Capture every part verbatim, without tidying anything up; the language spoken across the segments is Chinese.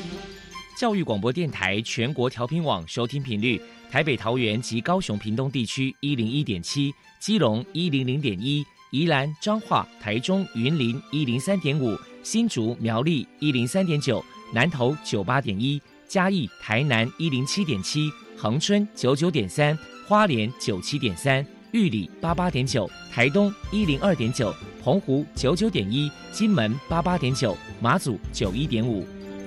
教育广播电台全国调频网收听频率：台北、桃园及高雄屏东地区一零一点七，基隆一零零点一，宜兰、彰化、台中、云林一零三点五，新竹、苗栗一零三点九，南投九八点一，嘉义、台南一零七点七，恒春九九点三，花莲九七点三，玉里八八点九，台东一零二点九，澎湖九九点一，金门八八点九，马祖九一点五。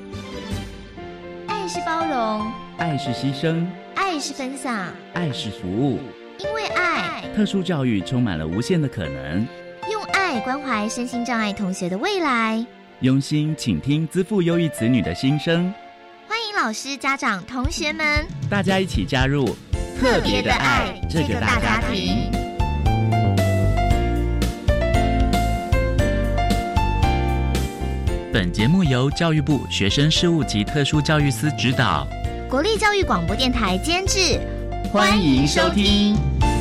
爱是包容， 爱是牺牲， 爱是分享， 爱是服务。 因为爱， 特殊教育充满了无限的可能。 用爱关怀身心障碍同学的未来， 用心倾听资赋优异子女的心声。 欢迎老师、家长、同学们， 大家一起加入特别的爱这个大家庭。 本节目由教育部学生事务及特殊教育司指导， 国立教育广播电台监制， 欢迎收听。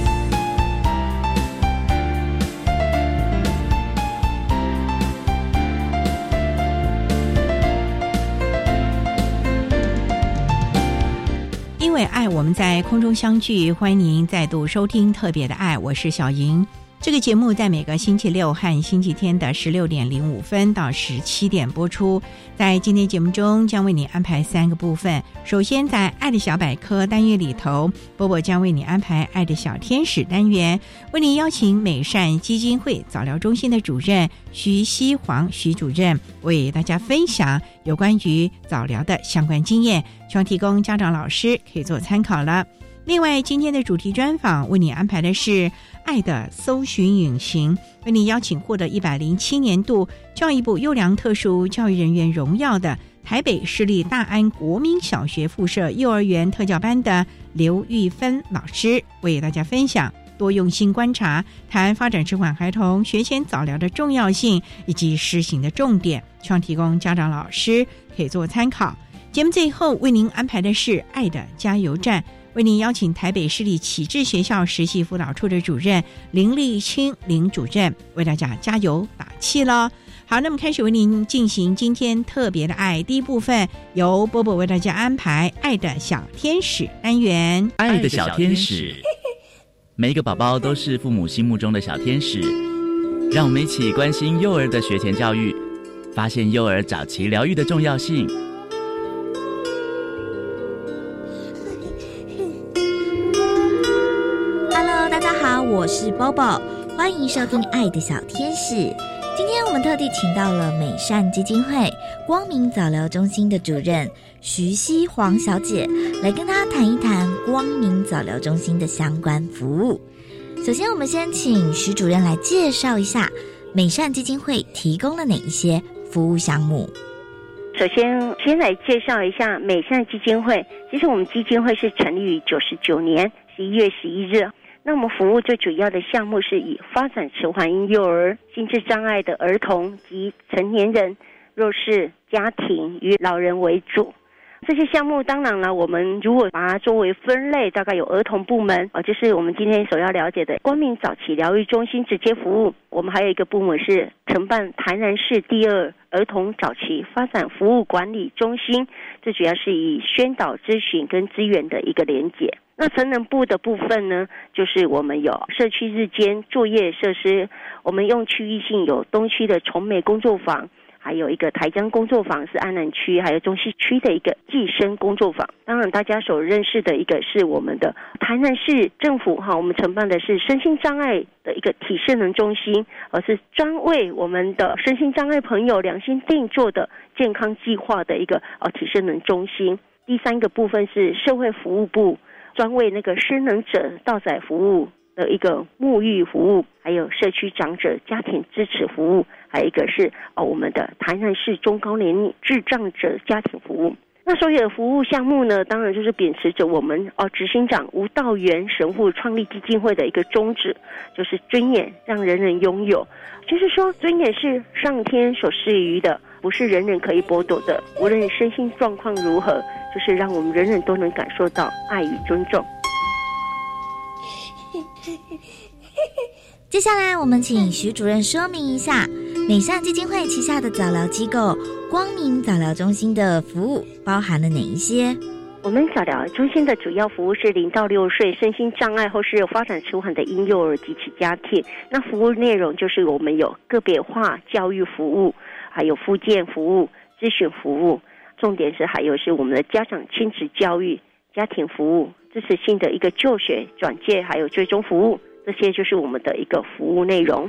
因为爱，我们在空中相聚，欢迎您再度收听特别的爱，我是小莹。这个节目在每个星期六和星期天的十六点零五分到十七点播出。在今天节目中将为你安排三个部分。首先在爱的小百科单元里头，波波将为你安排爱的小天使单元，为你邀请美善基金会早疗中心的主任徐希煌徐主任为大家分享有关于早疗的相关经验，希望提供家长老师可以做参考了。另外今天的主题专访为你安排的是爱的搜寻引擎，为你邀请获得一百零七年度教育部优良特殊教育人员荣耀的台北市立大安国民小学附设幼儿园特教班的刘玉芬老师，为大家分享多用心观察，谈发展迟缓孩童学前早疗的重要性以及施行的重点，希望提供家长老师可以做参考。节目最后为您安排的是爱的加油站，为您邀请台北市立启智学校实习辅导处的主任林立清林主任为大家加油打气咯。好，那么开始为您进行今天特别的爱，第一部分由波波为大家安排爱的小天使单元。 爱的小天使，每一个宝宝都是父母心目中的小天使，让我们一起关心幼儿的学前教育，发现幼儿早期疗愈的重要性。 我是 Bobo， 欢迎收听爱的小天使。今天我们特地请到了美善基金会光明早疗中心的主任徐希煌小姐，来跟她谈一谈光明早疗中心的相关服务。首先我们先请徐主任来介绍一下美善基金会提供了哪一些服务项目。 首先先来介绍一下美善基金会。其实我们基金会是成立于九十九年十一月十一日，那我们服务最主要的项目是以发展迟缓婴幼儿、心智障碍的儿童及成年人、弱势家庭与老人为主。这些项目当然了，我们如果把它作为分类，大概有儿童部门，哦，就是我们今天所要了解的光明早期疗愈中心直接服务。我们还有一个部门是承办台南市第二儿童早期发展服务管理中心，这主要是以宣导咨询跟资源的一个连结。那成人部的部分呢，就是我们有社区日间作业设施，我们用区域性有东区的崇美工作坊，还有一个台江工作坊是安南区，还有中西区的一个计生工作坊。当然大家所认识的一个是我们的台南市政府哈，我们承办的是身心障碍的一个体适能中心，而是专为我们的身心障碍朋友量身定做的健康计划的一个呃体适能中心。第三个部分是社会服务部，专为那个失能者到宅服务的一个沐浴服务，还有社区长者家庭支持服务，还有一个是哦我们的台南市中高年龄智障者家庭服务。那所有的服务项目呢，当然就是秉持着我们哦执行长吴道元神父创立基金会的一个宗旨，就是尊严让人人拥有，就是说尊严是上天所赐予的，不是人人可以剥夺的，无论身心状况如何，就是让我们人人都能感受到爱与尊重。 接下来我们请徐主任说明一下美善基金会旗下的早疗机构光明早疗中心的服务包含了哪一些？ 我们早疗中心的主要服务是零到六岁身心障碍或是有发展迟缓的婴幼儿及其家庭。那服务内容就是我们有个别化教育服务，还有复健服务、咨询服务，重点是还有是我们的家长亲子教育、家庭服务、支持性的一个就学转介，还有追踪服务，这些就是我们的一个服务内容。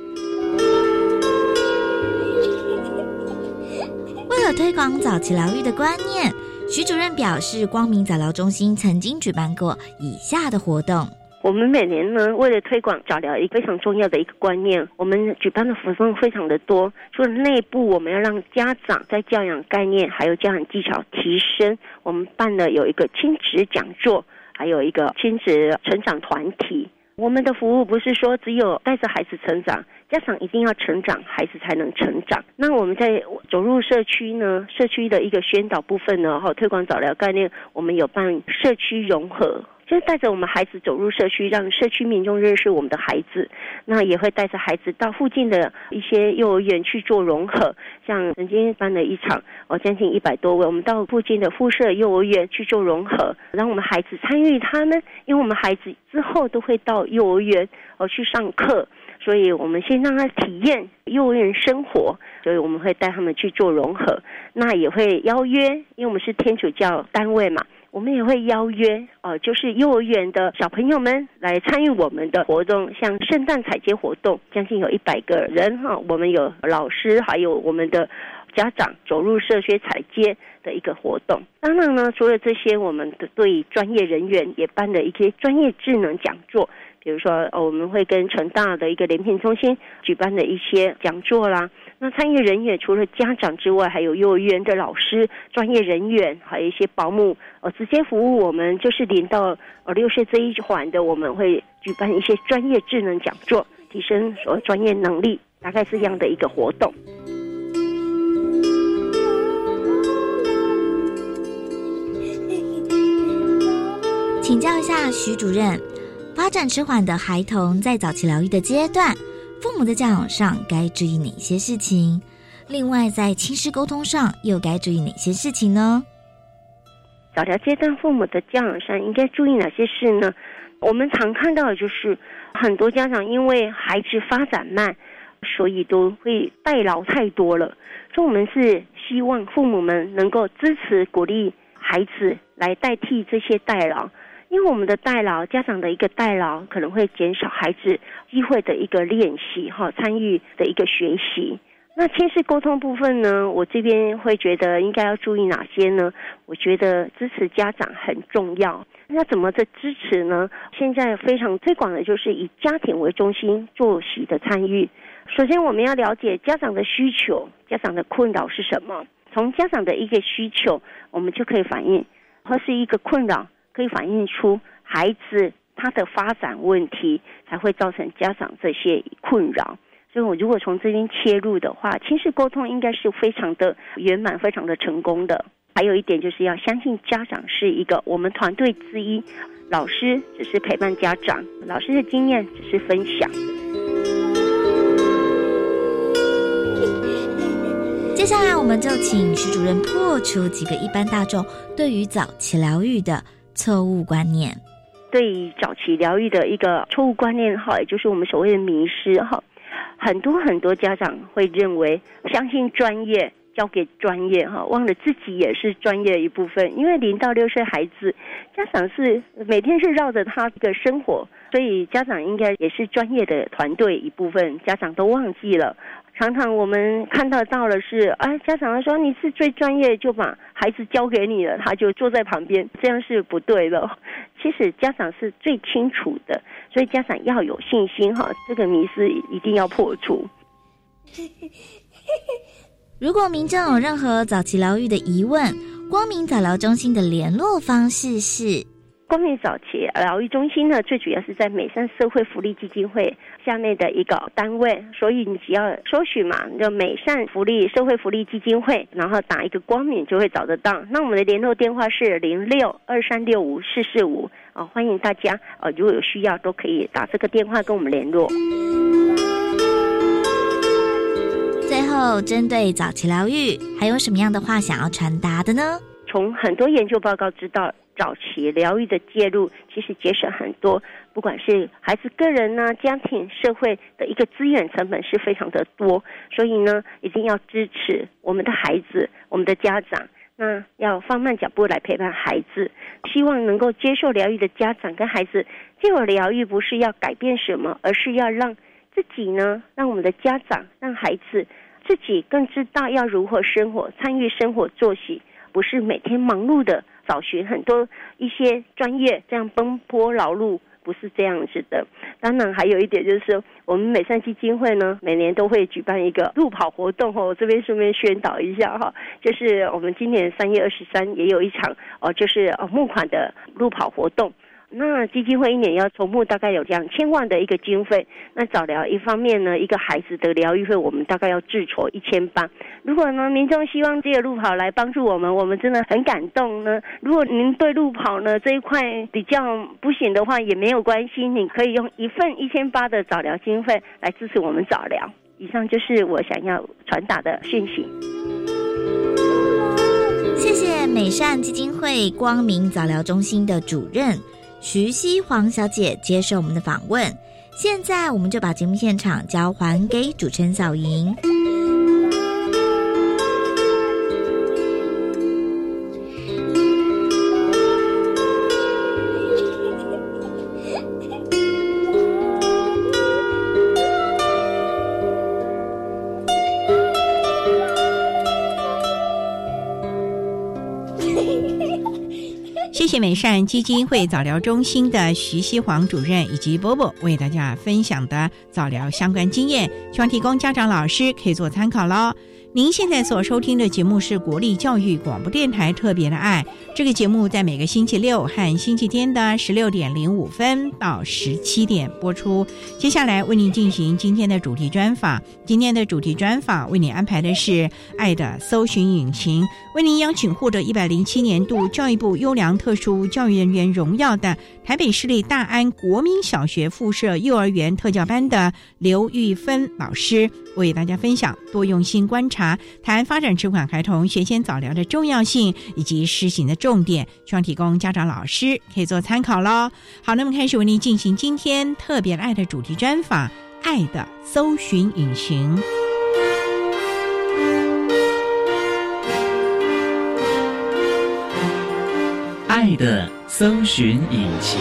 为了推广早期疗愈的观念，徐主任表示，光明早疗中心曾经举办过以下的活动。 我们每年呢，为了推广早疗一个非常重要的一个观念，我们举办的活动非常的多。除了内部我们要让家长在教养概念还有教养技巧提升，我们办了有一个亲子讲座，还有一个亲子成长团体。我们的服务不是说只有带着孩子成长，家长一定要成长，孩子才能成长。那我们在走入社区呢，社区的一个宣导部分呢，推广早疗概念，我们有办社区融合，就是带着我们孩子走入社区，让社区民众认识我们的孩子。那也会带着孩子到附近的一些幼儿园去做融合，像曾经办了一场哦，将近一百多位，我们到附近的附设幼儿园去做融合，让我们孩子参与他们，因为我们孩子之后都会到幼儿园哦去上课，所以我们先让他体验幼儿园生活，所以我们会带他们去做融合。那也会邀约，因为我们是天主教单位嘛，我们也会邀约呃，就是幼儿园的小朋友们来参与我们的活动，像圣诞彩街活动，将近有一百个人哈，我们有老师，还有我们的家长走入社区彩街的一个活动。当然呢，除了这些，我们的对专业人员也办了一些专业智能讲座，比如说、哦、我们会跟成大的一个联聘中心举办的一些讲座啦。那参与人员除了家长之外，还有幼儿园的老师、专业人员，还有一些保姆，呃，直接服务我们就是零到呃六岁这一环的，我们会举办一些专业智能讲座，提升所专业能力，大概是这样的一个活动。 请教一下徐主任，发展迟缓的孩童在早期疗愈的阶段，父母在教养上该注意哪些事情？另外，在亲师沟通上又该注意哪些事情呢？ 早疗阶段父母的教养上应该注意哪些事呢？我们常看到的就是很多家长因为孩子发展慢，所以都会代劳太多了。所以我们是希望父母们能够支持鼓励孩子来代替这些代劳，因为我们的代劳，家长的一个代劳可能会减少孩子机会的一个练习哈，参与的一个学习。那亲师沟通部分呢，我这边会觉得应该要注意哪些呢？我觉得支持家长很重要。那怎么这支持呢？现在非常推广的就是以家庭为中心作息的参与。首先我们要了解家长的需求，家长的困扰是什么，从家长的一个需求我们就可以反映，或是一个困扰可以反映出孩子他的发展问题，才会造成家长这些困扰。所以我如果从这边切入的话，亲师沟通应该是非常的圆满，非常的成功的。还有一点就是要相信家长是一个我们团队之一，老师只是陪伴家长，老师的经验只是分享。 接下来我们就请徐主任破除几个一般大众对于早期疗愈的错误观念。 对于早期疗愈的一个错误观念哈，也就是我们所谓的迷失哈，很多很多家长会认为相信专业，交给专业哈，忘了自己也是专业的一部分。因为零到六岁孩子，家长是每天是绕着他的生活，所以家长应该也是专业的团队一部分，家长都忘记了。常常我们看到到的是，哎，家长说你是最专业，就把孩子交给你了，他就坐在旁边，这样是不对的。其实家长是最清楚的，所以家长要有信心哈，这个迷思一定要破除。 如果民众有任何早期疗愈的疑问，光明早疗中心的联络方式是。 光明早期疗愈中心呢，最主要是在美善社会福利基金会下面的一个单位，所以你只要搜寻嘛，就美善福利社会福利基金会，然后打一个光明就会找得到。那我们的联络电话是零六二三六五四四五啊，欢迎大家呃，如果有需要都可以打这个电话跟我们联络。 最后，针对早期疗愈，还有什么样的话想要传达的呢？ 从很多研究报告知道，早期疗愈的介入其实节省很多，不管是孩子个人啊、家庭、社会的一个资源成本是非常的多，所以呢，一定要支持我们的孩子、我们的家长，那要放慢脚步来陪伴孩子。希望能够接受疗愈的家长跟孩子，借由疗愈不是要改变什么，而是要让自己呢，让我们的家长、让孩子自己更知道要如何生活，参与生活作息，不是每天忙碌的找寻很多一些专业这样奔波劳碌，不是这样子的。当然还有一点就是我们美善基金会呢，每年都会举办一个路跑活动哦，我这边顺便宣导一下哈，就是我们今年三月二十三也有一场哦，就是哦募款的路跑活动。那基金会一年要筹募大概有两千万的一个经费，那早疗一方面呢，一个孩子的疗愈费我们大概要自筹一千八。如果呢民众希望这个路跑来帮助我们，我们真的很感动呢。如果您对路跑呢这一块比较不行的话，也没有关系，你可以用一份一千八的早疗经费来支持我们早疗。以上就是我想要传达的讯息。 谢谢美善基金会光明早疗中心的主任徐熙黄小姐接受我们的访问。现在我们就把节目现场交还给主持人小莹。 谢谢美善基金会早疗中心的徐熙黄主任以及波波为大家分享的早疗相关经验，希望提供家长老师可以做参考咯。您现在所收听的节目是国立教育广播电台特别的爱，这个节目在每个星期六和星期天的十六点零五分到十七点播出。接下来为您进行今天的主题专访，今天的主题专访为您安排的是爱的搜寻引擎，为您邀请获得一百零七年度教育部优良特殊教育人员荣耀的台北市立大安国民小学附设幼儿园特教班的刘玉芬老师，为大家分享多用心观察，谈发展迟缓孩童学前早疗的重要性以及施行的重点，希望提供家长老师可以做参考咯。好，那么开始为您进行今天特别爱的主题专访，爱的搜寻引擎。 爱的搜寻引擎。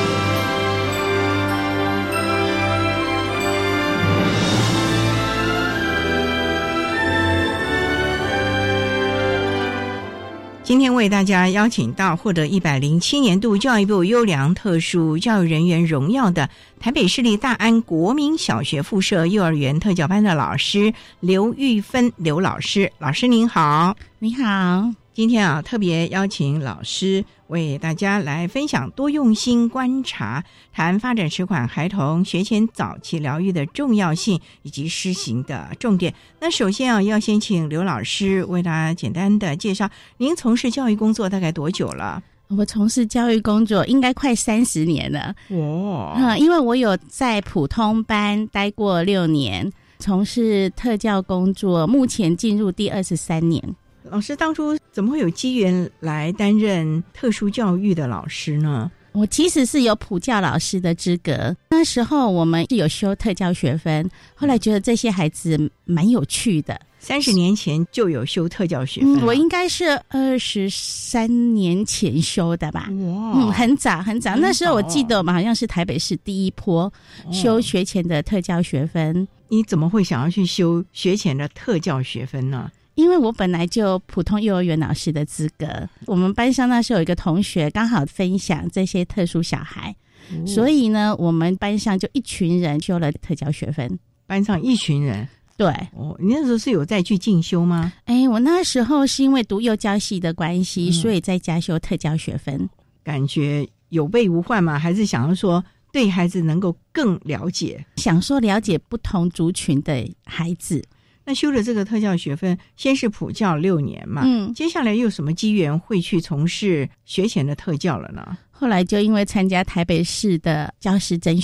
今天为大家邀请到获得一百零七年度教育部优良特殊教育人员荣耀的台北市立大安国民小学附设幼儿园特教班的老师刘玉芬刘老师。老师您好。 你好。 今天啊，特别邀请老师为大家来分享多用心观察，谈发展迟缓孩童学前早期疗愈的重要性以及施行的重点。那首先啊，要先请刘老师为大家简单的介绍，您从事教育工作大概多久了？ 我从事教育工作应该快三十年了。 哇、 嗯，因为我有在普通班待过六年，从事特教工作，目前进入第二十三年。 老师当初怎么会有机缘来担任特殊教育的老师呢？ 我其实是有普教老师的资格，那时候我们是有修特教学分，后来觉得这些孩子蛮有趣的。 三十年前就有修特教学分、 嗯、我应该是二十三年前修的吧。 哇， 嗯，很早很早，那时候我记得我们好像是台北市第一波修学前的特教学分、哦、 你怎么会想要去修学前的特教学分呢？ 因为我本来就普通幼儿园老师的资格，我们班上那时候有一个同学刚好分享这些特殊小孩、哦、所以呢我们班上就一群人修了特教学分。 班上一群人？ 对。 哦，你那时候是有再去进修吗？ 哎，我那时候是因为读幼教系的关系、嗯、所以在家修特教学分。 感觉有备无患吗？还是想要说对孩子能够更了解？ 想说了解不同族群的孩子。 那修了这个特教学分，先是普教六年嘛， 嗯， 接下来又有什么机缘会去从事学前的特教了呢？ 后来就因为参加台北市的教师甄选，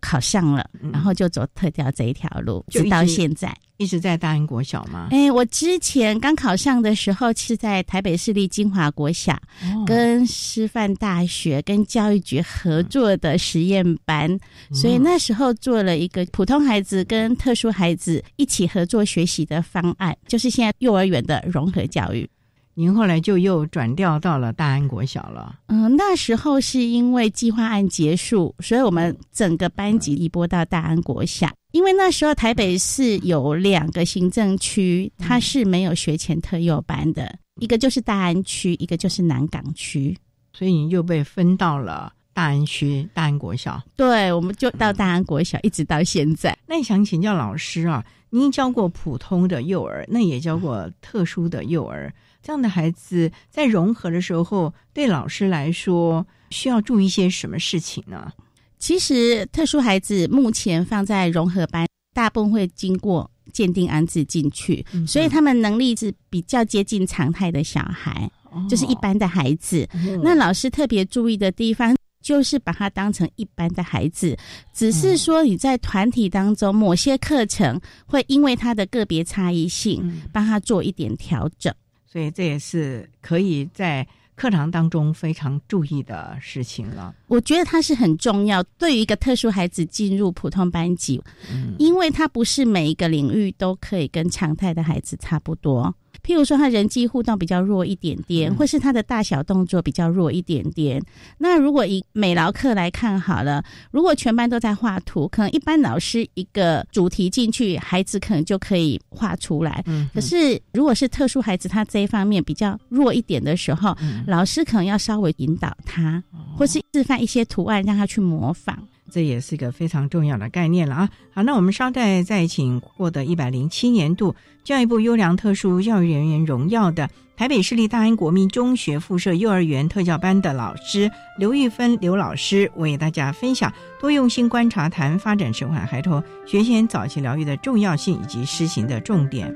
考上了， 嗯、 然后就走特教这一条路， 直直到现在。 一直在大安国小吗？ 哎，我之前刚考上的时候是在台北市立金华国小，哦、跟师范大学跟教育局合作的实验班，嗯、所以那时候做了一个普通孩子跟特殊孩子一起合作学习的方案，就是现在幼儿园的融合教育。 您后来就又转调到了大安国小了。 嗯，那时候是因为计划案结束，所以我们整个班级移拨到大安国小。因为那时候台北市有两个行政区，它是没有学前特幼班的，一个就是大安区，一个就是南港区， 所以你又被分到了大安区大安国小。 对，我们就到大安国小，一直到现在。 那你想请教老师啊，您教过普通的幼儿，那也教过特殊的幼儿，这样的孩子在融合的时候，对老师来说需要注意一些什么事情呢？ 其实特殊孩子目前放在融合班，大部分会经过鉴定安置进去，嗯、所以他们能力是比较接近常态的小孩，哦、就是一般的孩子。嗯、那老师特别注意的地方就是把他当成一般的孩子，只是说你在团体当中某些课程会因为他的个别差异性，嗯、帮他做一点调整， 所以这也是可以在课堂当中非常注意的事情了。 我觉得它是很重要，对于一个特殊孩子进入普通班级，嗯、因为他不是每一个领域都可以跟常态的孩子差不多。譬如说他人际互动比较弱一点点，嗯、或是他的大小动作比较弱一点点。那如果以美劳课来看好了，如果全班都在画图，可能一般老师一个主题进去，孩子可能就可以画出来。嗯、可是如果是特殊孩子，他这一方面比较弱一点的时候，嗯、老师可能要稍微引导他，哦、或是示范一些图案让他去模仿。 这也是一个非常重要的概念了啊！好，那我们稍待再请获得一百零七年度教育部优良特殊教育人员荣耀的台北市立大安国民中学附设幼儿园特教班的老师刘玉芬刘老师，为大家分享多用心观察谈发展迟缓孩童学前早期疗愈的重要性以及施行的重点。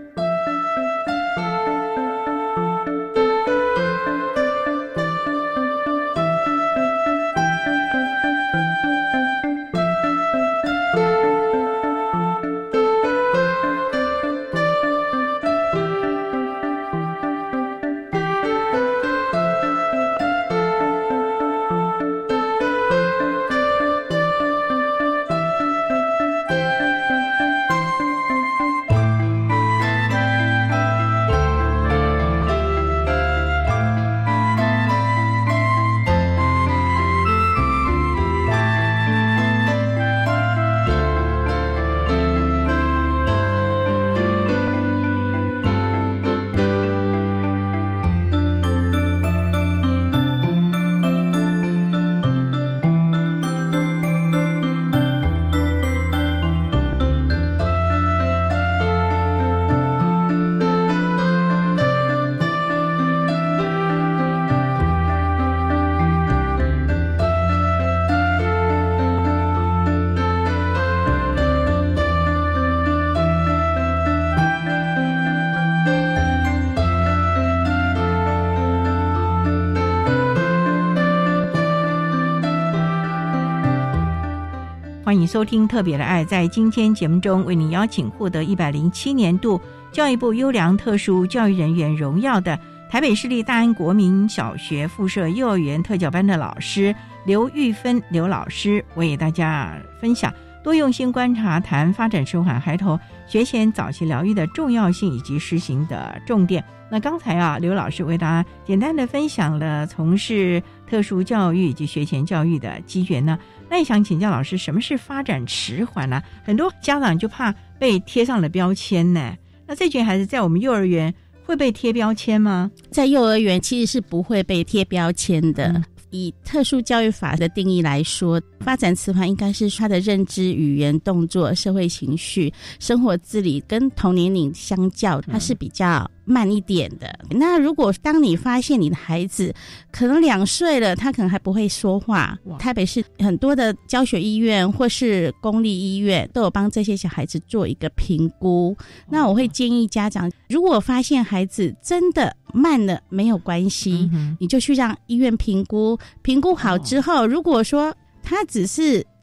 欢迎收听特别的爱，在今天节目中为你邀请获得一百零七年度教育部优良特殊教育人员荣耀的台北市立大安国民小学附设幼儿园特教班的老师刘玉芬刘老师，为大家分享多用心观察谈发展迟缓孩童学前早期疗愈的重要性以及施行的重点。那刚才啊，刘老师为大家简单的分享了从事特殊教育以及学前教育的机缘呢。那也想请教老师，什么是发展迟缓呢？很多家长就怕被贴上了标签呢。那这群孩子在我们幼儿园会被贴标签吗？ 在幼儿园其实是不会被贴标签的。嗯，以特殊教育法的定义来说，发展迟缓应该是他的认知、语言、动作、社会情绪、生活自理跟同年龄相较，它是比较慢一点的。嗯、那如果当你发现你的孩子可能两岁了，他可能还不会说话，台北市很多的教学医院或是公立医院都有帮这些小孩子做一个评估。那我会建议家长，如果发现孩子真的慢了没有关系，嗯、你就去让医院评估，评估好之后，如果说他只是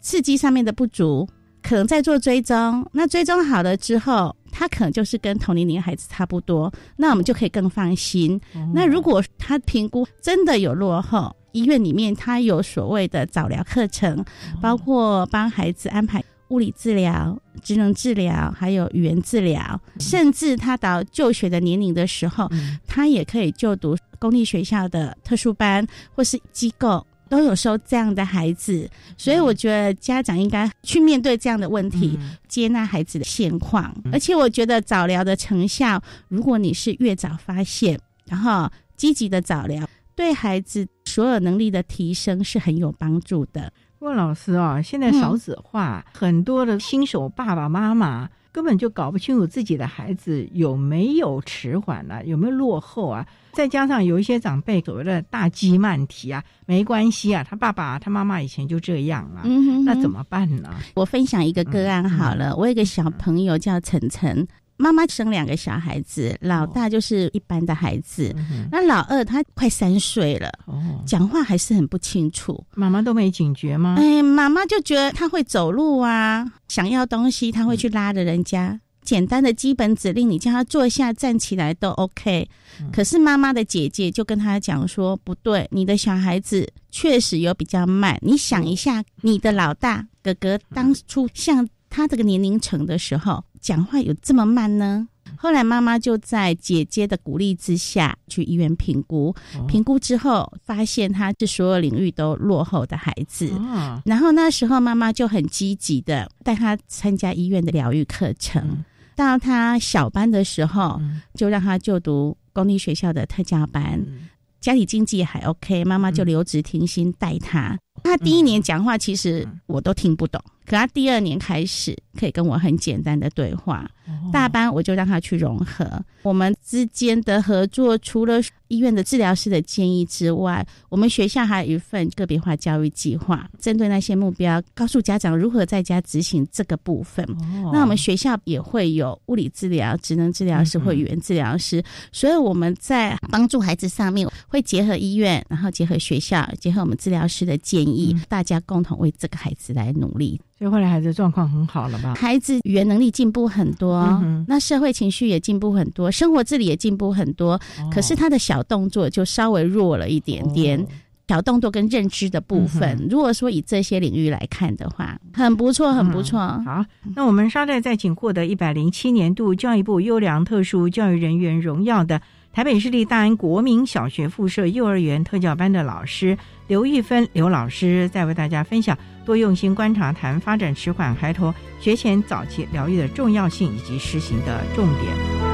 刺激上面的不足，可能在做追踪，那追踪好了之后，他可能就是跟同龄龄孩子差不多，那我们就可以更放心。哦、那如果他评估真的有落后，医院里面他有所谓的早疗课程，哦、包括帮孩子安排物理治疗、职能治疗，还有语言治疗，嗯、甚至他到就学的年龄的时候，嗯、他也可以就读公立学校的特殊班或是机构。都有收这样的孩子，所以我觉得家长应该去面对这样的问题，嗯、接纳孩子的现况。嗯、而且我觉得早疗的成效，如果你是越早发现，然后积极的早疗，对孩子所有能力的提升是很有帮助的。 不过老师啊，现在少子化，嗯、很多的新手爸爸妈妈根本就搞不清楚自己的孩子有没有迟缓啊，有没有落后啊。再加上有一些长辈所谓的大鸡慢提啊，没关系啊，他爸爸他妈妈以前就这样了，嗯、哼哼那怎么办呢？ 我分享一个个案好了，嗯、我有一个小朋友叫晨晨，妈妈生两个小孩子，老大就是一般的孩子，哦、那老二他快三岁了，哦、讲话还是很不清楚。 妈妈都没警觉吗？ 哎，妈妈就觉得他会走路啊，想要东西他会去拉着人家。嗯简单的基本指令，你叫他坐下站起来都 OK，嗯、可是妈妈的姐姐就跟他讲说，不对，你的小孩子确实有比较慢，你想一下，你的老大哥哥当初像他这个年龄层的时候，讲话有这么慢呢？后来妈妈就在姐姐的鼓励之下去医院评估，哦、评估之后发现他是所有领域都落后的孩子，哦、然后那时候妈妈就很积极的带他参加医院的疗愈课程。嗯到他小班的时候，嗯、就让他就读公立学校的特教班，嗯、家里经济也还 OK， 妈妈就留职停薪带他。嗯、他第一年讲话其实我都听不懂，嗯、可他第二年开始可以跟我很简单的对话。哦、大班我就让他去融合，我们之间的合作除了医院的治疗师的建议之外，我们学校还有一份个别化教育计划，针对那些目标告诉家长如何在家执行这个部分。哦、那我们学校也会有物理治疗、职能治疗师或语言治疗师，嗯、所以我们在帮助孩子上面会结合医院，然后结合学校，结合我们治疗师的建议，嗯、大家共同为这个孩子来努力。 所以后来孩子状况很好了吧？ 孩子语言能力进步很多，嗯、那社会情绪也进步很多，生活自理也进步很多，哦、可是他的小动作就稍微弱了一点点。哦小动作跟认知的部分，嗯、如果说以这些领域来看的话，很不错，很不错。 嗯、好，那我们稍待再请获得一百零七年度教育部优良特殊教育人员荣耀的台北市立大安国民小学附设幼儿园特教班的老师刘玉芬刘老师，再为大家分享多用心观察谈发展迟缓孩童学前早期疗愈的重要性以及施行的重点。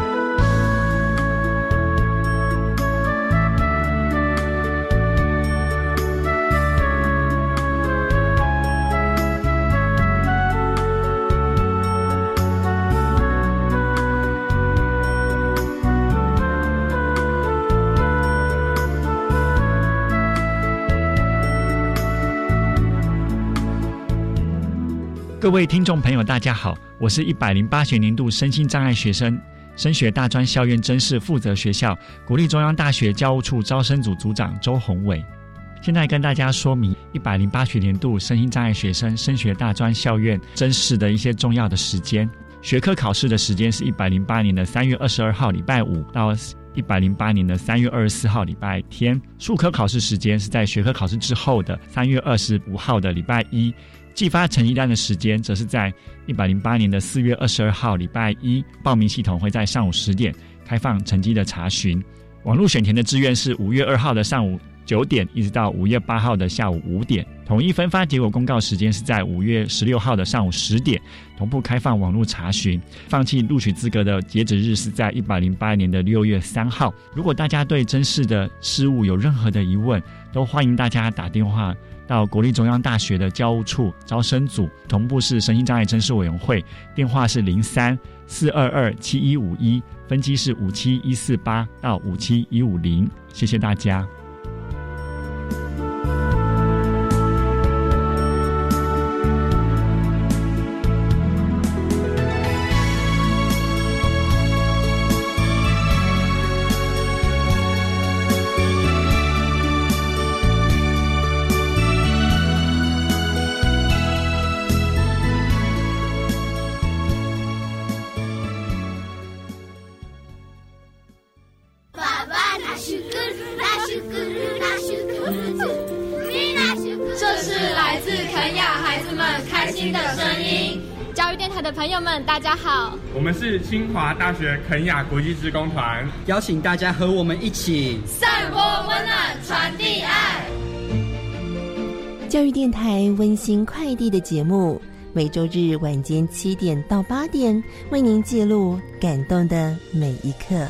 各位听众朋友大家好，我是一百零八学年度身心障碍学生升学大专校院甄试负责学校国立中央大学教务处招生组组长周宏伟。现在跟大家说明一百零八学年度身心障碍学生升学大专校院甄试的一些重要的时间。学科考试的时间是一百零八年的三月二十二号礼拜五到一百零八年的三月二十四号礼拜天。术科考试时间是在学科考试之后的三月二十五号的礼拜一。寄发成绩单的时间则是在一百零八年的四月二十二号礼拜一，报名系统会在上午十点开放成绩的查询。网络选填的志愿是五月二号的上午九点一直到五月八号的下午五点，统一分发结果公告时间是在五月十六号的上午十点，同步开放网络查询。放弃录取资格的截止日是在一百零八年的六月三号。如果大家对甄试的事务有任何的疑问，都欢迎大家打电话到国立中央大学的教务处招生组，同步是身心障碍甄试委员会，电话是零三四二二七一五一，分机是五七一四八到五七一五零。谢谢大家。 这是来自肯亚孩子们开心的声音。教育电台的朋友们，大家好， 我们是清华大学肯亚国际志工团， 邀请大家和我们一起散播温暖，传递爱。 教育电台温馨快递的节目，每周日晚间七点到八点，为您记录感动的每一刻。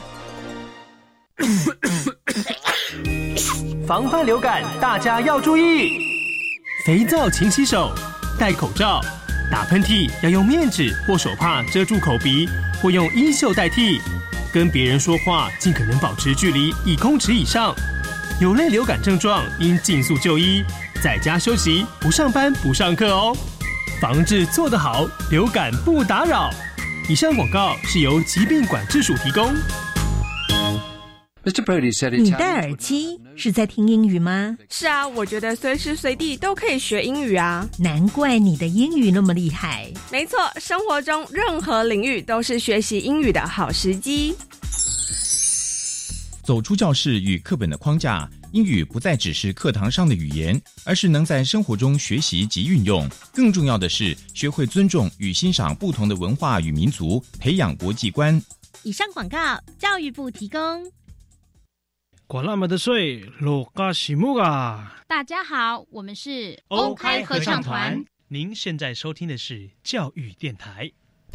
防范流感，大家要注意：肥皂勤洗手，戴口罩，打喷嚏要用面纸或手帕遮住口鼻，或用衣袖代替。跟别人说话尽可能保持距离一公尺以上。有类流感症状应尽速就医，在家休息，不上班不上课哦。防治做得好，流感不打扰。以上广告是由疾病管制署提供。 你戴耳机是在听英语吗？ 是啊，我觉得随时随地都可以学英语啊。 难怪你的英语那么厉害。 没错，生活中任何领域都是学习英语的好时机。 走出教室与课本的框架，英语不再只是课堂上的语言，而是能在生活中学习及运用。更重要的是，学会尊重与欣赏不同的文化与民族，培养国际观。 以上广告，教育部提供。 管那么的水，罗嘎西木啊！ 大家好，我们是欧开合唱团。您现在收听的是教育电台。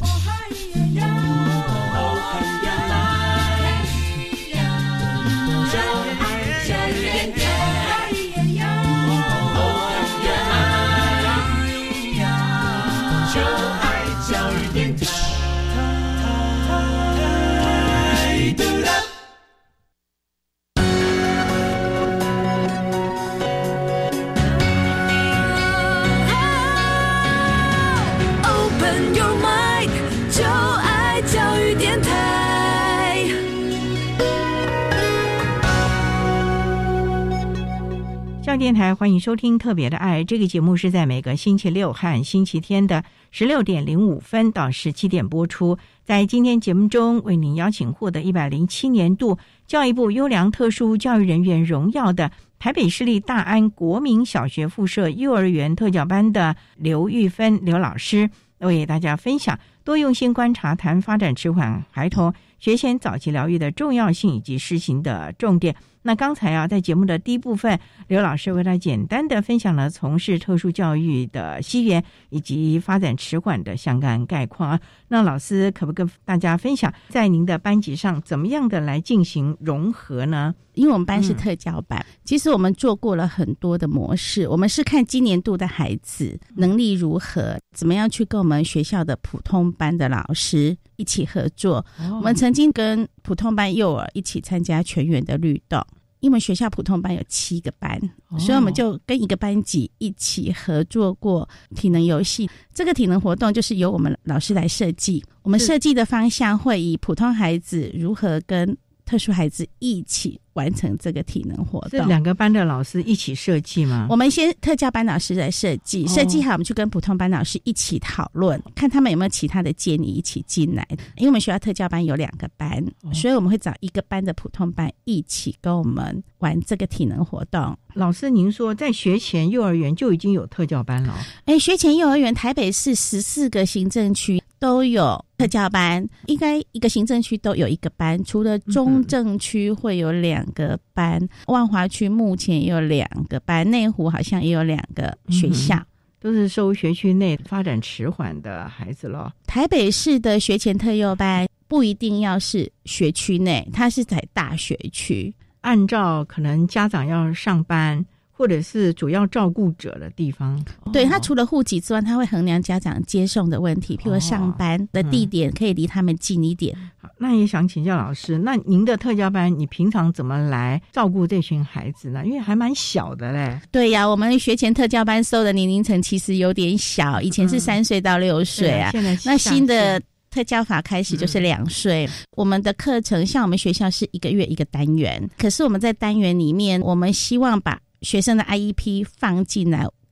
教育电台欢迎收听特别的爱，这个节目是在每个星期六和星期天的十六点零五分到十七点播出。在今天节目中，为您邀请获得一百零七年度教育部优良特殊教育人员荣耀的台北市立大安国民小学附设幼儿园特教班的刘玉芬刘老师，为大家分享多用心观察谈发展迟缓孩童学前早期疗愈的重要性以及施行的重点。那刚才啊，在节目的第一部分，刘老师为他简单的分享了从事特殊教育的西缘以及发展迟缓的相关概况啊。那老师可不可以跟大家分享，在您的班级上怎么样的来进行融合呢？ 因为我们班是特教班、嗯、其实我们做过了很多的模式，我们是看今年度的孩子能力如何，怎么样去跟我们学校的普通班的老师一起合作、哦、我们曾经跟普通班幼儿一起参加全员的律动，因为学校普通班有七个班、哦、所以我们就跟一个班级一起合作过体能游戏。这个体能活动就是由我们老师来设计，我们设计的方向会以普通孩子如何跟特殊孩子一起完成这个体能活动。 这两个班的老师一起设计吗？ 我们先特教班老师来设计、哦、设计好我们去跟普通班老师一起讨论，看他们有没有其他的建议一起进来。因为我们学校特教班有两个班、哦、所以我们会找一个班的普通班一起跟我们玩这个体能活动。 老师您说在学前幼儿园就已经有特教班了？ 哎，学前幼儿园台北市十四个行政区都有特教班，应该一个行政区都有一个班，除了中正区会有两个班、嗯、万华区目前也有两个班，内湖好像也有两个学校、嗯、 都是收学区内发展迟缓的孩子咯。 台北市的学前特幼班不一定要是学区内，它是在大学区， 按照可能家长要上班或者是主要照顾者的地方。 对，他除了户籍之外，他会衡量家长接送的问题，譬如上班的地点可以离他们近一点、 哦嗯、好，那也想请教老师，那您的特教班你平常怎么来照顾这群孩子呢？因为还蛮小的嘞。 对呀、啊，我们学前特教班收的年龄层其实有点小，以前是三岁到六岁啊、嗯、现在那新的特教法开始就是两岁、嗯、我们的课程像我们学校是一个月一个单元，可是我们在单元里面我们希望把学生的 I E P 放进来，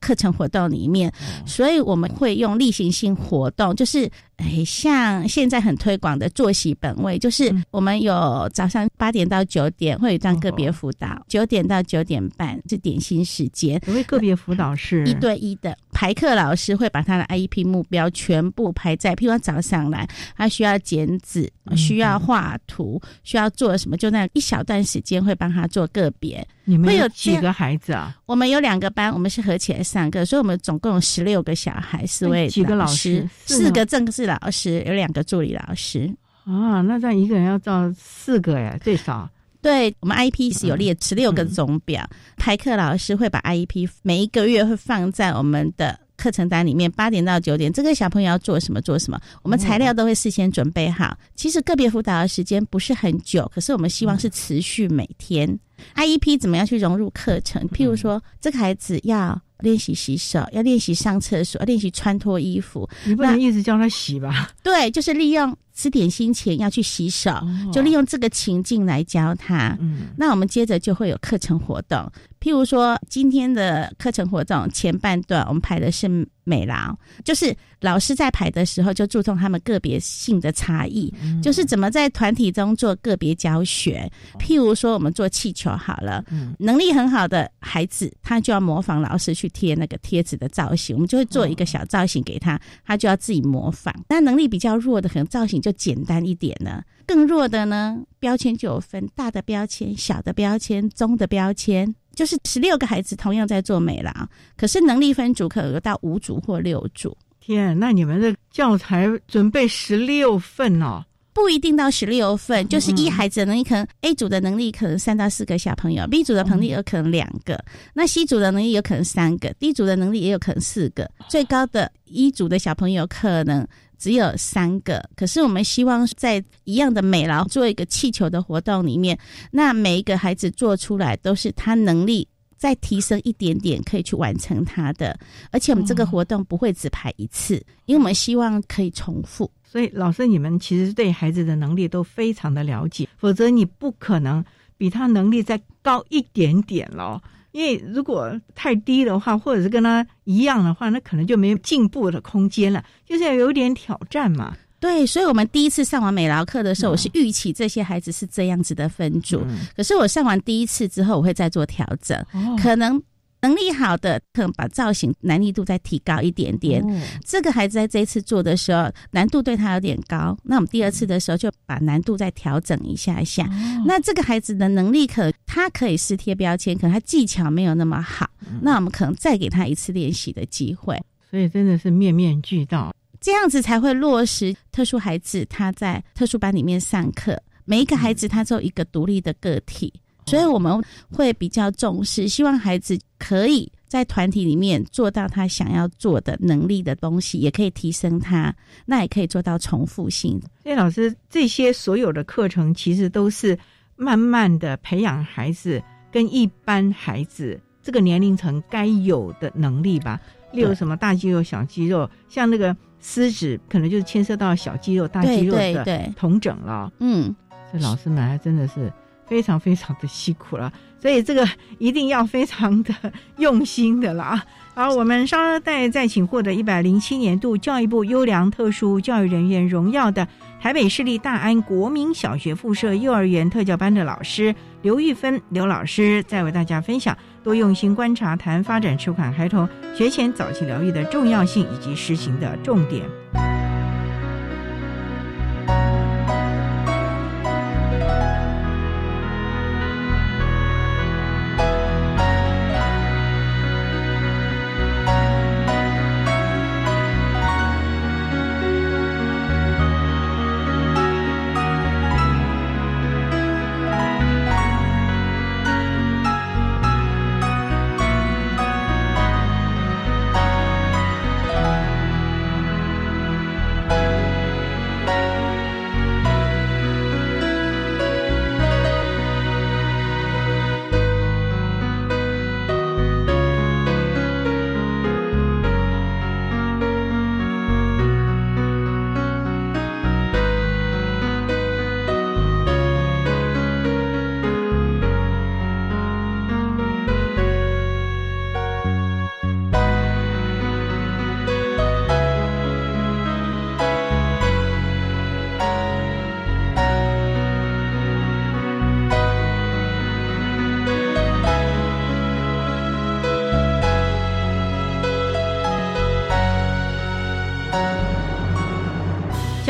课程活动里面，所以我们会用例行性活动，就是诶，像现在很推广的作息本位，就是我们有早上八点到九点会有一段个别辅导，九点到九点半是点心时间。 所谓个别辅导是一对一的，排课老师会把他的 I E P 目标全部排在，譬如说早上来，他需要剪纸，需要画图，需要做什么，就那一小段时间会帮他做个别。 你们有几个孩子啊？ 我们有两个班，我们是合起来上课，所以我们总共有十六个小孩，四位几个老师， 四个正式老师，有两个助理老师。 啊，那这样一个人要照四个呀，最少。 对，我们 I E P 是有列十六个总表，嗯、排课老师会把 I E P 每一个月会放在我们的课程单里面，八点到九点，这个小朋友要做什么做什么，我们材料都会事先准备好。其实个别辅导的时间不是很久，可是我们希望是持续每天。I E P 怎么样去融入课程？譬如说，这个孩子要练习洗手，要练习上厕所，要练习穿脱衣服。 你不能一直叫他洗吧？ 对，就是利用吃点心前要去洗手，哦、就利用这个情境来教他。嗯，那我们接着就会有课程活动，譬如说今天的课程活动前半段我们排的是美劳，就是老师在排的时候就注重他们个别性的差异，嗯、就是怎么在团体中做个别教学。譬如说我们做气球好了，嗯、能力很好的孩子他就要模仿老师去贴那个贴纸的造型，我们就会做一个小造型给他，他就要自己模仿。那能力比较弱的可能造型就简单一点了，更弱的呢标签就有分大的标签、小的标签、中的标签，就是十六个孩子同样在做美劳，可是能力分组可能有到五组或六组。 天，那你们的教材准备十六份哦？ 不一定到十六份，就是一孩子的能力，可能 A 组的能力可能三到四个小朋友， B 组的能力有可能两个，那 C 组的能力有可能三个， D 组的能力也有可能四个，最高的一组的小朋友可能只有三个。可是我们希望在一样的美劳做一个气球的活动里面，那每一个孩子做出来都是他能力再提升一点点可以去完成他的，而且我们这个活动不会只排一次，因为我们希望可以重复。 所以老师你们其实对孩子的能力都非常的了解，否则你不可能比他能力再高一点点了，因为如果太低的话，或者是跟他一样的话，那可能就没有进步的空间了，就是要有点挑战嘛。 对，所以我们第一次上完美劳课的时候，我是预期这些孩子是这样子的分组，嗯、可是我上完第一次之后，我会再做调整，哦、可能能力好的可能把造型难易度再提高一点点，哦、这个孩子在这一次做的时候难度对他有点高，那我们第二次的时候就把难度再调整一下一下，哦、那这个孩子的能力可他可以撕贴标签，可能他技巧没有那么好，嗯、那我们可能再给他一次练习的机会。 所以真的是面面俱到， 这样子才会落实特殊孩子他在特殊班里面上课，每一个孩子他只有一个独立的个体，所以我们会比较重视，希望孩子可以在团体里面做到他想要做的能力的东西，也可以提升他，那也可以做到重复性。 所以老师，这些所有的课程其实都是慢慢的培养孩子跟一般孩子这个年龄层该有的能力吧，例如什么大肌肉、小肌肉，像那个撕纸可能就是牵涉到小肌肉、大肌肉的统整了。 嗯， 所以老师们还真的是非常非常的辛苦了，所以这个一定要非常的用心的啦。好，我们稍后再再请获得一百零七年度教育部优良特殊教育人员荣耀的台北市立大安国民小学附设幼儿园特教班的老师刘玉芬刘老师，再为大家分享多用心观察谈发展迟缓孩童学前早期疗愈的重要性以及实行的重点。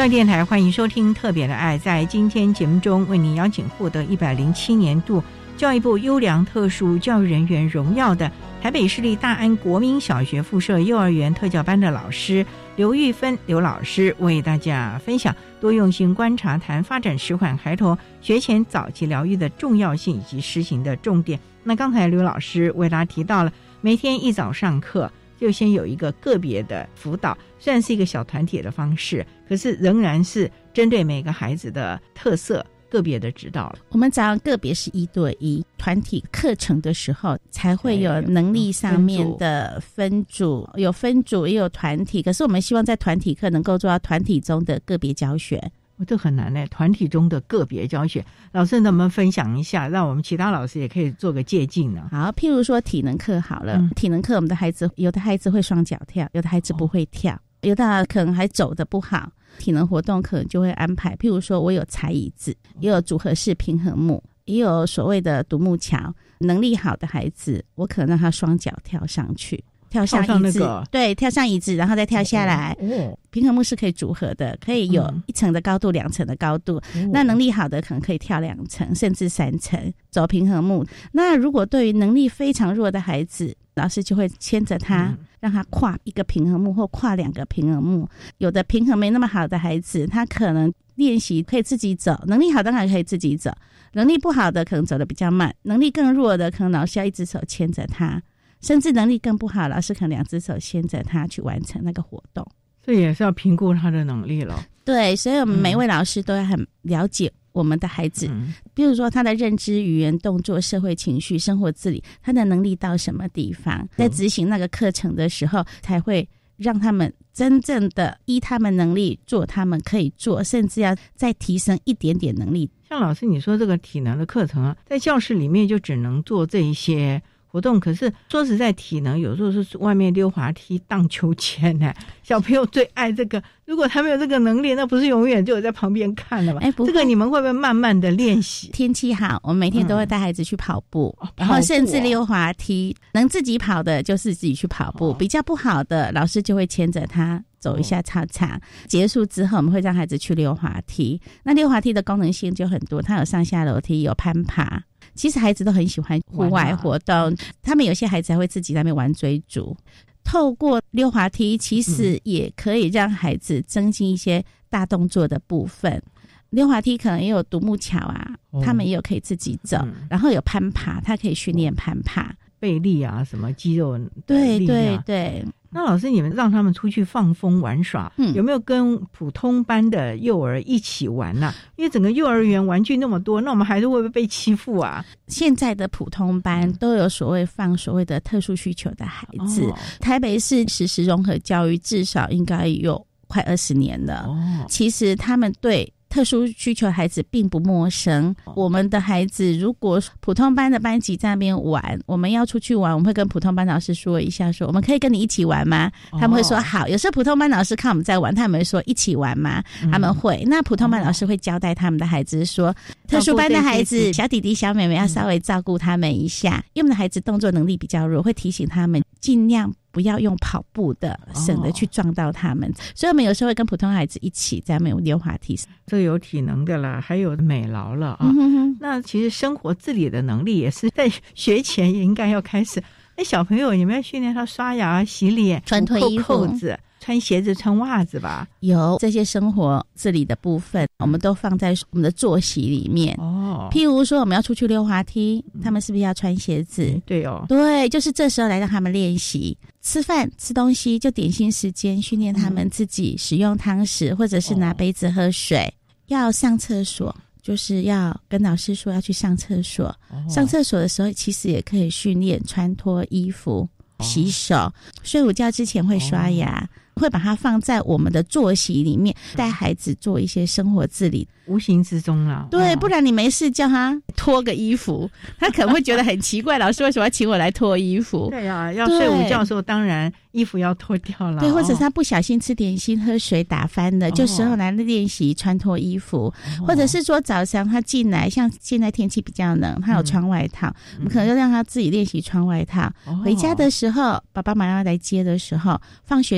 教育电台欢迎收听特别的爱，在今天节目中为您邀请获得一百零七年度教育部优良特殊教育人员荣耀的台北市立大安国民小学附设幼儿园特教班的老师刘玉芬刘老师，为大家分享多用心观察谈发展迟缓孩童学前早期疗愈的重要性以及施行的重点。那刚才刘老师为大家提到了每天一早上课就先有一个个别的辅导，虽然是一个小团体的方式，可是仍然是针对每个孩子的特色个别的指导了。 我们早上个别是一对一，团体课程的时候才会有能力上面的分组，有分组也有团体，可是我们希望在团体课能够做到团体中的个别教学。 哦，这很难呢，团体中的个别教学，老师能不能分享一下，让我们其他老师也可以做个借鉴呢？ 好，譬如说体能课好了，嗯、体能课我们的孩子有的孩子会双脚跳，有的孩子不会跳，哦、有的可能还走得不好，体能活动可能就会安排，譬如说我有踩椅子，也有组合式平衡木，也有所谓的独木桥，能力好的孩子我可能让他双脚跳上去，跳上椅子，那个、对，跳上椅子然后再跳下来、哦、平衡木是可以组合的，可以有一层的高度、两层的高度、嗯、那能力好的可能可以跳两层甚至三层走平衡木。那如果对于能力非常弱的孩子，老师就会牵着他、嗯、让他跨一个平衡木或跨两个平衡木。有的平衡没那么好的孩子，他可能练习可以自己走，能力好当然可以自己走，能力不好的可能走得比较慢，能力更弱的可能老师要一只手牵着他，甚至能力更不好，老师可能两只手牵着他去完成那个活动。 这也是要评估他的能力了。 对，所以我们每位老师都要很了解我们的孩子、嗯、比如说他的认知、语言、动作、社会情绪、生活自理，他的能力到什么地方，在执行那个课程的时候才会让他们真正的依他们能力做他们可以做，甚至要再提升一点点能力。 像老师你说这个体能的课程啊，在教室里面就只能做这一些活动，可是说实在体能有时候是外面溜滑梯荡秋千呢，小朋友最爱这个，如果他没有这个能力，那不是永远就有在旁边看了吗？哎，这个你们会不会慢慢的练习？ 天气好我们每天都会带孩子去跑步、嗯、然后甚至溜滑梯、哦、能自己跑的就是自己去跑步、哦、比较不好的老师就会牵着他走一下操场、哦、结束之后我们会让孩子去溜滑梯。那溜滑梯的功能性就很多，它有上下楼梯，有攀爬，其实孩子都很喜欢户外活动，他们有些孩子还会自己在那边玩追逐。透过溜滑梯其实也可以让孩子增进一些大动作的部分、嗯、溜滑梯可能也有独木桥啊、哦、他们也有可以自己走、嗯、然后有攀爬，他可以训练攀爬、 背力啊，什么肌肉的对力量。 对对。 那老师你们让他们出去放风玩耍、嗯、有没有跟普通班的幼儿一起玩啊？因为整个幼儿园玩具那么多，那我们孩子会不会被欺负啊？ 现在的普通班都有所谓放所谓的特殊需求的孩子、哦、台北市实施融合教育至少应该有快二十年了、哦、其实他们对特殊需求孩子并不陌生。我们的孩子如果普通班的班级在那边玩，我们要出去玩，我们会跟普通班老师说一下，说我们可以跟你一起玩吗？他们会说好。有时候普通班老师看我们在玩，他们会说一起玩吗？他们会。那普通班老师会交代他们的孩子说，特殊班的孩子小弟弟小妹妹要稍微照顾他们一下，因为我们的孩子动作能力比较弱，会提醒他们尽量不要用跑步的，省得去撞到他们、哦、所以我们有时候会跟普通孩子一起在那边溜滑梯。 这有体能的了，还有美劳了啊、嗯哼哼。那其实生活自理的能力也是在学前也应该要开始。哎，小朋友有没有训练他刷牙、洗脸、 穿脱衣服、 扣子、穿鞋子、穿袜子吧？ 有这些生活自理的部分，我们都放在我们的作息里面。哦，譬如说我们要出去溜滑梯，他们是不是要穿鞋子？嗯、 对哦， 对，就是这时候来让他们练习。吃饭吃东西就点心时间，训练他们自己使用汤匙、嗯、或者是拿杯子喝水、哦、要上厕所就是要跟老师说要去上厕所、哦、上厕所的时候其实也可以训练穿脱衣服、哦、洗手，睡午觉之前会刷牙、哦，会把它放在我们的作息里面，带孩子做一些生活自理， 无形之中啦。 对，不然你没事叫他脱个衣服，他可能会觉得很奇怪，老师为什么要请我来脱衣服？ 对啊，要睡午觉的时候，当然衣服要脱掉了。 对，或者是他不小心吃点心、喝水打翻了，哦、就时候来练习穿脱衣服、哦，或者是说早上他进来，像现在天气比较冷，他有穿外套，嗯、我们可能就让他自己练习穿外套。哦、回家的时候，爸爸妈妈来接的时候，放学时间。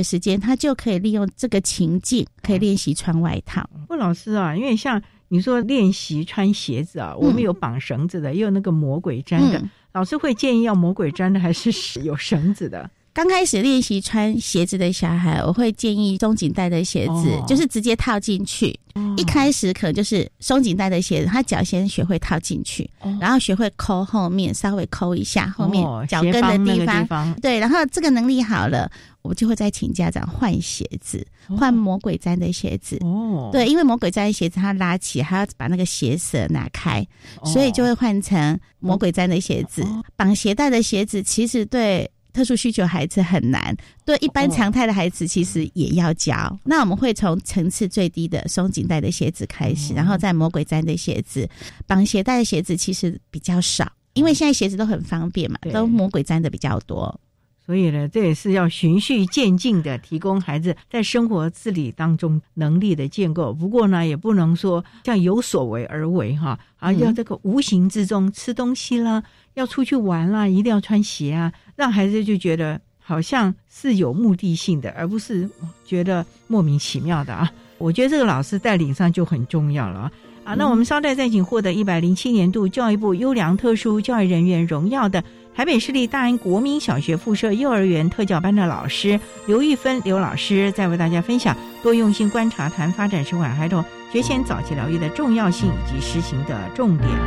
他就可以利用这个情境，可以练习穿外套。 不，老师啊，因为像你说练习穿鞋子啊，我们有绑绳子的，也有那个魔鬼毡的、嗯、老师会建议要魔鬼毡的还是有绳子的？ 刚开始练习穿鞋子的小孩，我会建议松紧带的鞋子、哦、就是直接套进去、哦、一开始可能就是松紧带的鞋子，他脚先学会套进去、哦、然后学会抠后面，稍微抠一下后面脚跟的地 方,、哦、地方对，然后这个能力好了，我就会再请家长换鞋子，换魔鬼毡的鞋子、哦、对，因为魔鬼毡的鞋子它拉起还要把那个鞋舌拿开、哦、所以就会换成魔鬼毡的鞋子、哦、绑鞋带的鞋子其实对特殊需求孩子很难，对一般常态的孩子其实也要教、哦、那我们会从层次最低的松紧带的鞋子开始、哦、然后再魔鬼毡的鞋子，绑鞋带的鞋子其实比较少，因为现在鞋子都很方便嘛，都魔鬼毡的比较多， 所以呢，这也是要循序渐进的提供孩子在生活自理当中能力的建构。不过呢，也不能说像有所为而为哈，啊，要这个无形之中吃东西啦，要出去玩啦，一定要穿鞋啊，让孩子就觉得好像是有目的性的，而不是觉得莫名其妙的啊。我觉得这个老师带领上就很重要了啊。啊，那我们稍待再请获得一百零七年度教育部优良特殊教育人员荣耀的台北市立大安国民小学附设幼儿园特教班的老师刘玉芬刘老师，再为大家分享多用心观察谈发展迟缓孩童学前早期疗愈的重要性以及实行的重点。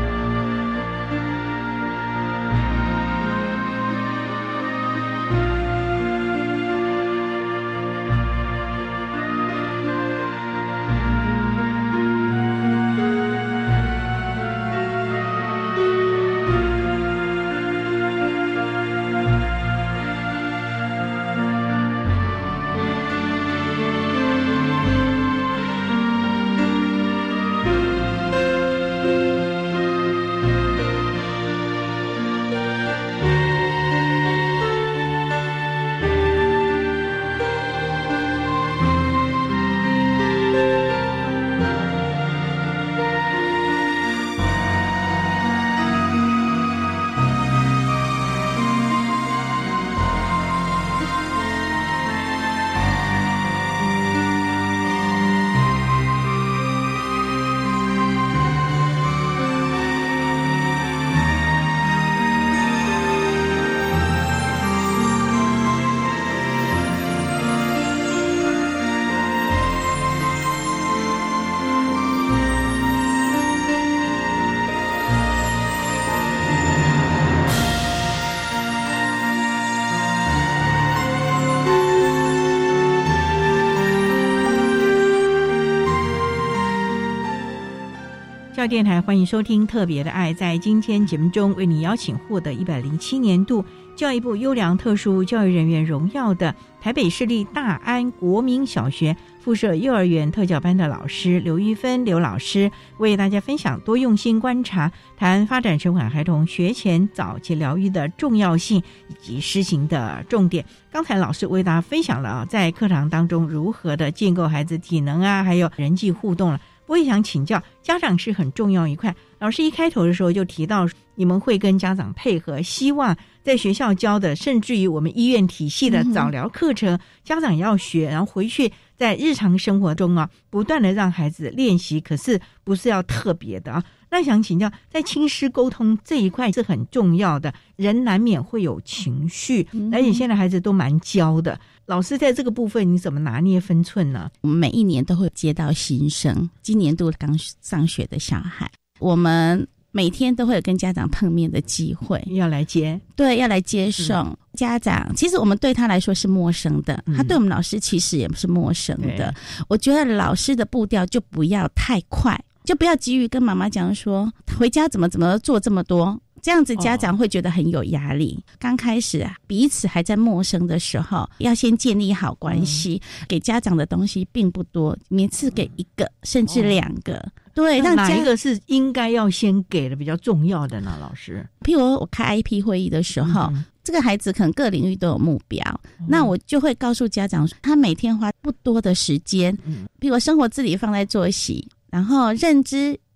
教育电台欢迎收听特别的爱，在今天节目中为你邀请获得一百零七年度教育部优良特殊教育人员荣耀的台北市立大安国民小学附设幼儿园特教班的老师刘玉芬刘老师，为大家分享多用心观察谈发展迟缓孩童学前早期疗愈的重要性以及施行的重点。刚才老师为大家分享了啊，在课堂当中如何的建构孩子体能啊，还有人际互动了。我也想请教，家长是很重要一块。老师一开头的时候就提到，你们会跟家长配合，希望在学校教的，甚至于我们医院体系的早疗课程，嗯、家长也要学，然后回去在日常生活中啊，不断的让孩子练习。可是不是要特别的啊。那想请教，在亲师沟通这一块是很重要的，人难免会有情绪，嗯、而且现在孩子都蛮娇的。老师在这个部分你怎么拿捏分寸呢？ 我们每一年都会接到新生，今年度刚上学的小孩，我们每天都会有跟家长碰面的机会， 要来接， 对，要来接送、嗯、家长。其实我们对他来说是陌生的、嗯、他对我们老师其实也是陌生的。我觉得老师的步调就不要太快，就不要急于跟妈妈讲说回家怎么怎么做这么多，这样子家长会觉得很有压力。哦、刚开始啊，彼此还在陌生的时候，要先建立好关系、嗯。给家长的东西并不多，每次给一个、嗯、甚至两个。哦、对，让哪一个是应该要先给的比较重要的呢？老师， 譬如我开 I P 会议的时候、嗯，这个孩子可能各领域都有目标，嗯、那我就会告诉家长，他每天花不多的时间，嗯、譬如生活自理放在作息，然后认知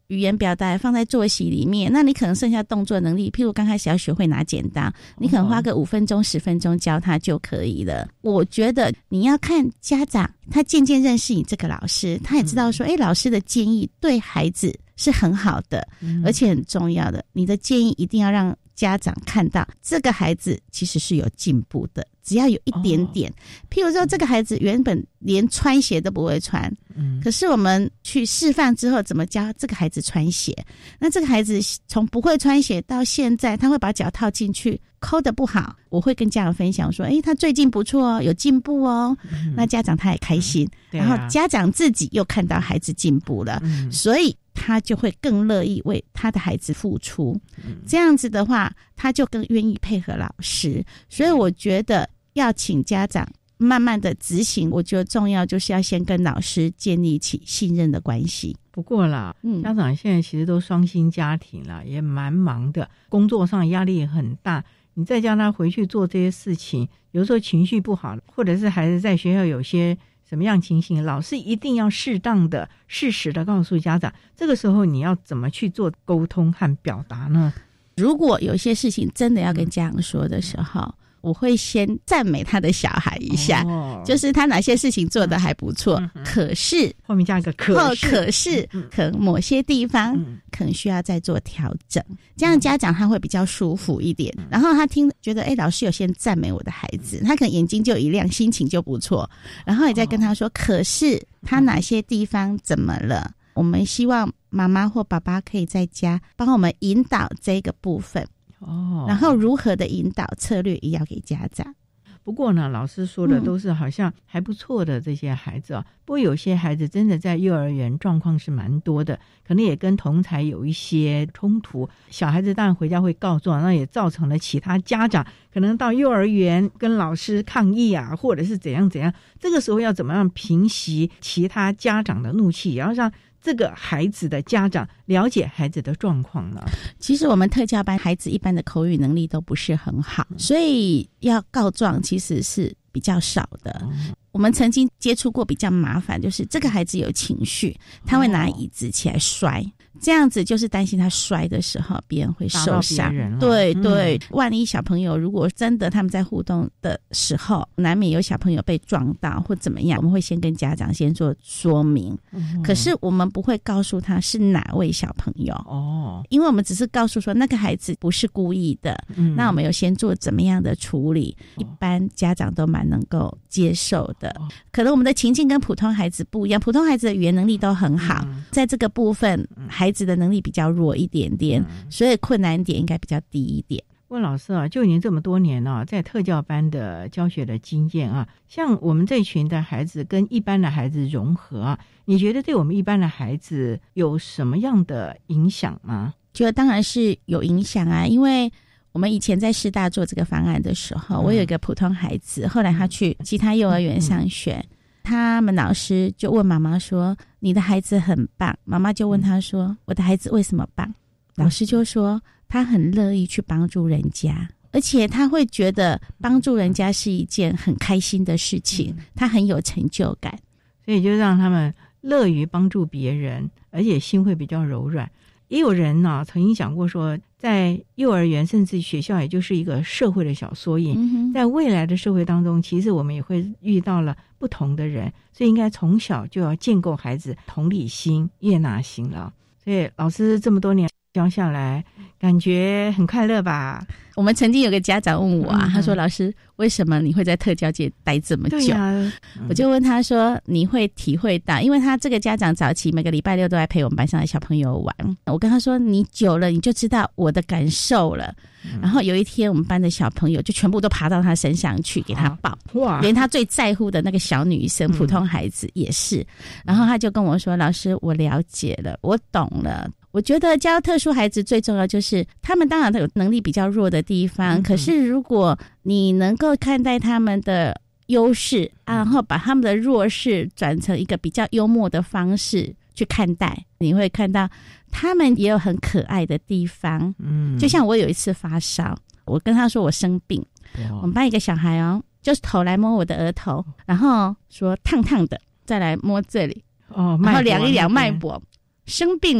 语言表达放在作息里面，那你可能剩下动作能力，譬如刚开始要学会拿剪刀，你可能花个五分钟十分钟教他就可以了。我觉得你要看家长他渐渐认识你这个老师，他也知道说，哎、嗯，老师的建议对孩子是很好的、嗯、而且很重要的，你的建议一定要让家长看到这个孩子其实是有进步的，只要有一点点、哦、譬如说这个孩子原本连穿鞋都不会穿、嗯、可是我们去示范之后怎么教这个孩子穿鞋，那这个孩子从不会穿鞋到现在他会把脚套进去，抠得不好，我会跟家长分享说，诶，他最近不错哦，有进步哦、嗯、那家长他也开心、嗯啊、然后家长自己又看到孩子进步了、嗯、所以他就会更乐意为他的孩子付出、嗯、这样子的话他就更愿意配合老师。所以我觉得要请家长慢慢的执行，我觉得重要就是要先跟老师建立起信任的关系。 不过啦、嗯、家长现在其实都双薪家庭啦，也蛮忙的，工作上压力也很大，你再叫他回去做这些事情，有时候情绪不好，或者是孩子在学校有些什么样情形，老师一定要适当的适时的告诉家长，这个时候你要怎么去做沟通和表达呢？ 如果有些事情真的要跟家长说的时候、嗯，我会先赞美他的小孩一下、哦、就是他哪些事情做得还不错、嗯、可是后面加一个可是、 哦、可是、嗯、可能某些地方、嗯、可能需要再做调整、嗯、这样家长他会比较舒服一点、嗯、然后他听觉得哎，老师有先赞美我的孩子，他可能眼睛就一亮，心情就不错，然后也再跟他说、哦、可是他哪些地方怎么了、嗯、我们希望妈妈或爸爸可以在家帮我们引导这个部分哦，然后如何的引导策略也要给家长。 不过呢，老师说的都是好像还不错的这些孩子啊、嗯、不过有些孩子真的在幼儿园状况是蛮多的，可能也跟同侪有一些冲突，小孩子当然回家会告状，那也造成了其他家长可能到幼儿园跟老师抗议啊，或者是怎样怎样，这个时候要怎么样平息其他家长的怒气，也要让这个孩子的家长了解孩子的状况呢？ 其实我们特教班孩子一般的口语能力都不是很好、嗯、所以要告状其实是比较少的、嗯、我们曾经接触过比较麻烦，就是这个孩子有情绪，他会拿椅子起来摔、哦，这样子就是担心他摔的时候别人会受伤。对对、嗯，万一小朋友如果真的他们在互动的时候难免有小朋友被撞到或怎么样，我们会先跟家长先做说明、嗯、可是我们不会告诉他是哪位小朋友哦，因为我们只是告诉说那个孩子不是故意的、嗯、那我们有先做怎么样的处理、哦、一般家长都蛮能够接受的、哦、可能我们的情境跟普通孩子不一样，普通孩子的语言能力都很好、嗯、在这个部分孩子的能力比较弱一点点、嗯、所以困难点应该比较低一点。 问老师啊，就您这么多年啊在特教班的教学的经验啊，像我们这群的孩子跟一般的孩子融合啊，你觉得对我们一般的孩子有什么样的影响吗？ 觉得当然是有影响啊，因为我们以前在师大做这个方案的时候、嗯、我有一个普通孩子，后来他去其他幼儿园上学、嗯、他们老师就问妈妈说你的孩子很棒，妈妈就问他说、嗯、我的孩子为什么棒？老师就说他很乐意去帮助人家，而且他会觉得帮助人家是一件很开心的事情、嗯、他很有成就感， 所以就让他们乐于帮助别人，而且心会比较柔软。也有人呢、啊、曾经讲过说，在幼儿园甚至学校也就是一个社会的小缩影、嗯、在未来的社会当中，其实我们也会遇到了不同的人，所以应该从小就要建构孩子同理心、悦纳心了。所以老师这么多年教下来感觉很快乐吧？ 我们曾经有个家长问我啊、嗯、他说老师为什么你会在特教界待这么久？对啊嗯、我就问他说你会体会到，因为他这个家长早期每个礼拜六都来陪我们班上的小朋友玩，我跟他说你久了你就知道我的感受了、嗯、然后有一天我们班的小朋友就全部都爬到他身上去给他抱，哇！连他最在乎的那个小女生、嗯、普通孩子也是，然后他就跟我说老师我了解了，我懂了，我觉得教特殊孩子最重要就是他们当然有能力比较弱的地方、嗯、可是如果你能够看待他们的优势、嗯、然后把他们的弱势转成一个比较幽默的方式去看待，你会看到他们也有很可爱的地方。嗯，就像我有一次发烧，我跟他说我生病，我们班一个小孩哦，就是头来摸我的额头，然后说烫烫的，再来摸这里，哦，然后量一量脉搏，生病了。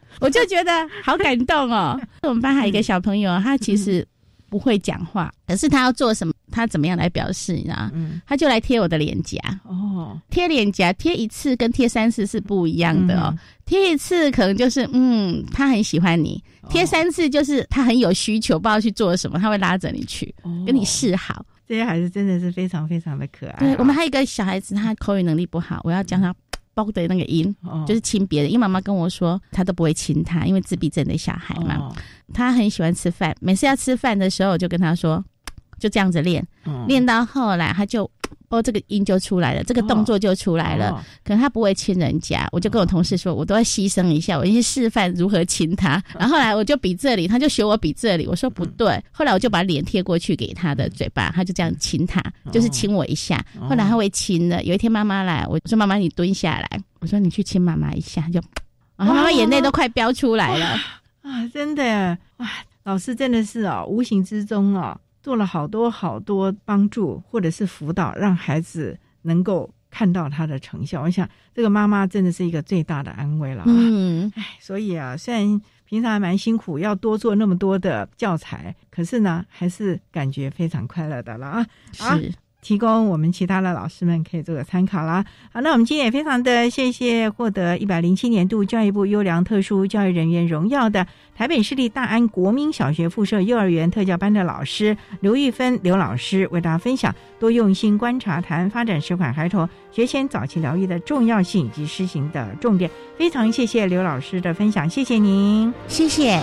我就觉得好感动哦。我们班还有一个小朋友，他其实不会讲话，可是他要做什么，他怎么样来表示，你知道？嗯，他就来贴我的脸颊。哦，贴脸颊贴一次跟贴三次是不一样的哦。嗯、贴一次可能就是嗯，他很喜欢你；贴三次就是他很有需求，不知道去做什么，他会拉着你去，哦、跟你示好。 这些孩子真的是非常非常的可爱、啊。 对，我们还有一个小孩子，他口语能力不好，我要教他包的那个音，哦、就是亲别人。因为妈妈跟我说，他都不会亲他，因为自闭症的小孩嘛。哦、他很喜欢吃饭，每次要吃饭的时候，我就跟他说，就这样子练，哦、练到后来他就哦，这个音就出来了，这个动作就出来了。哦、可能他不会亲人家，我就跟我同事说，我都要牺牲一下，我先示范如何亲他。然后后来我就比这里，他就学我比这里，我说不对。嗯、后来我就把脸贴过去给他的嘴巴，他就这样亲他，哦、就是亲我一下。后来他会亲了。有一天妈妈来，我说妈妈你蹲下来，我说你去亲妈妈一下，就，然后妈妈眼泪都快飙出来了。 啊，真的哇，老师真的是哦，无形之中哦。做了好多好多帮助或者是辅导，让孩子能够看到他的成效。我想这个妈妈真的是一个最大的安慰了。嗯，哎，所以啊，虽然平常还蛮辛苦，要多做那么多的教材，可是呢，还是感觉非常快乐的了啊。是。提供我们其他的老师们可以做个参考啦。好，那我们今天也非常的谢谢获得一百零七年度教育部优良特殊教育人员荣耀的台北市立大安国民小学附设幼儿园特教班的老师刘玉芬刘老师，为大家分享多用心观察谈发展迟缓孩童学前早期疗愈的重要性以及施行的重点。非常谢谢刘老师的分享，谢谢您。 谢谢。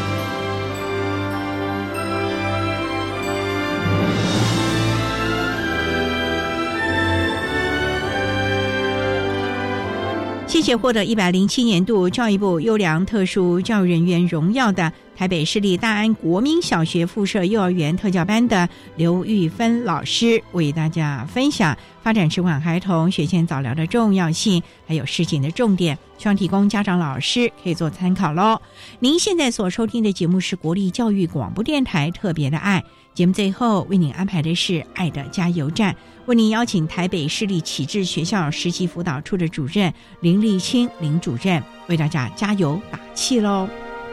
谢谢获得一百零七年度教育部优良特殊教育人员荣耀的台北市立大安国民小学附设幼儿园特教班的刘玉芬老师，为大家分享发展迟缓孩童学前早疗的重要性，还有施行的重点，希望提供家长老师可以做参考咯。您现在所收听的节目是国立教育广播电台特别的爱节目，最后为您安排的是爱的加油站，为您邀请台北市立启智学校实习辅导处的主任林立清林主任为大家加油打气咯。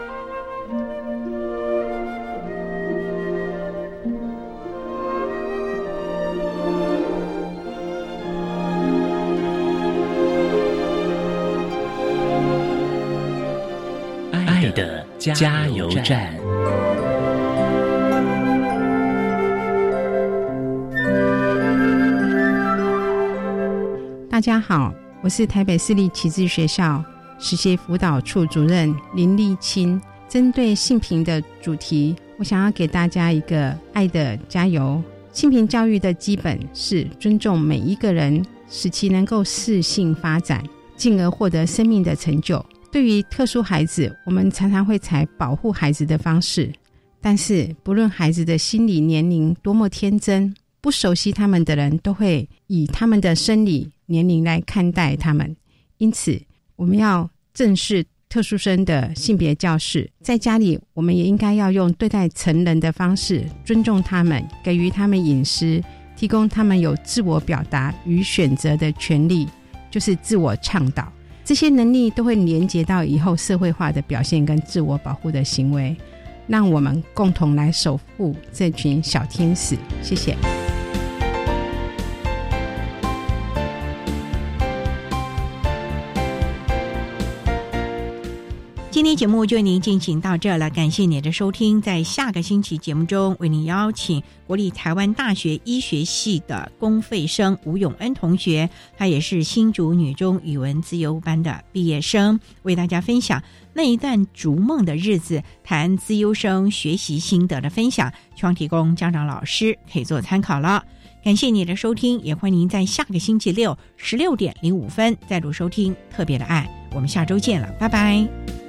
爱的加油站。 大家好，我是台北市立启智学校实习辅导处主任林立清。针对性平的主题，我想要给大家一个爱的加油。性平教育的基本是尊重每一个人，使其能够适性发展，进而获得生命的成就。对于特殊孩子，我们常常会采保护孩子的方式，但是不论孩子的心理年龄多么天真，不熟悉他们的人都会以他们的生理年龄来看待他们。因此我们要正视特殊生的性别教室，在家里我们也应该要用对待成人的方式，尊重他们，给予他们隐私，提供他们有自我表达与选择的权利，就是自我倡导。这些能力都会连结到以后社会化的表现跟自我保护的行为，让我们共同来守护这群小天使。谢谢。 今天节目就为您进行到这了，感谢您的收听。在下个星期节目中，为您邀请国立台湾大学医学系的公费生吴永恩同学，他也是新竹女中语文自由班的毕业生，为大家分享那一段逐梦的日子，谈资优生学习心得的分享，希望提供家长老师可以做参考了。感谢你的收听，也欢迎您在下个星期六十六点零五分再度收听特别的爱。我们下周见了，拜拜。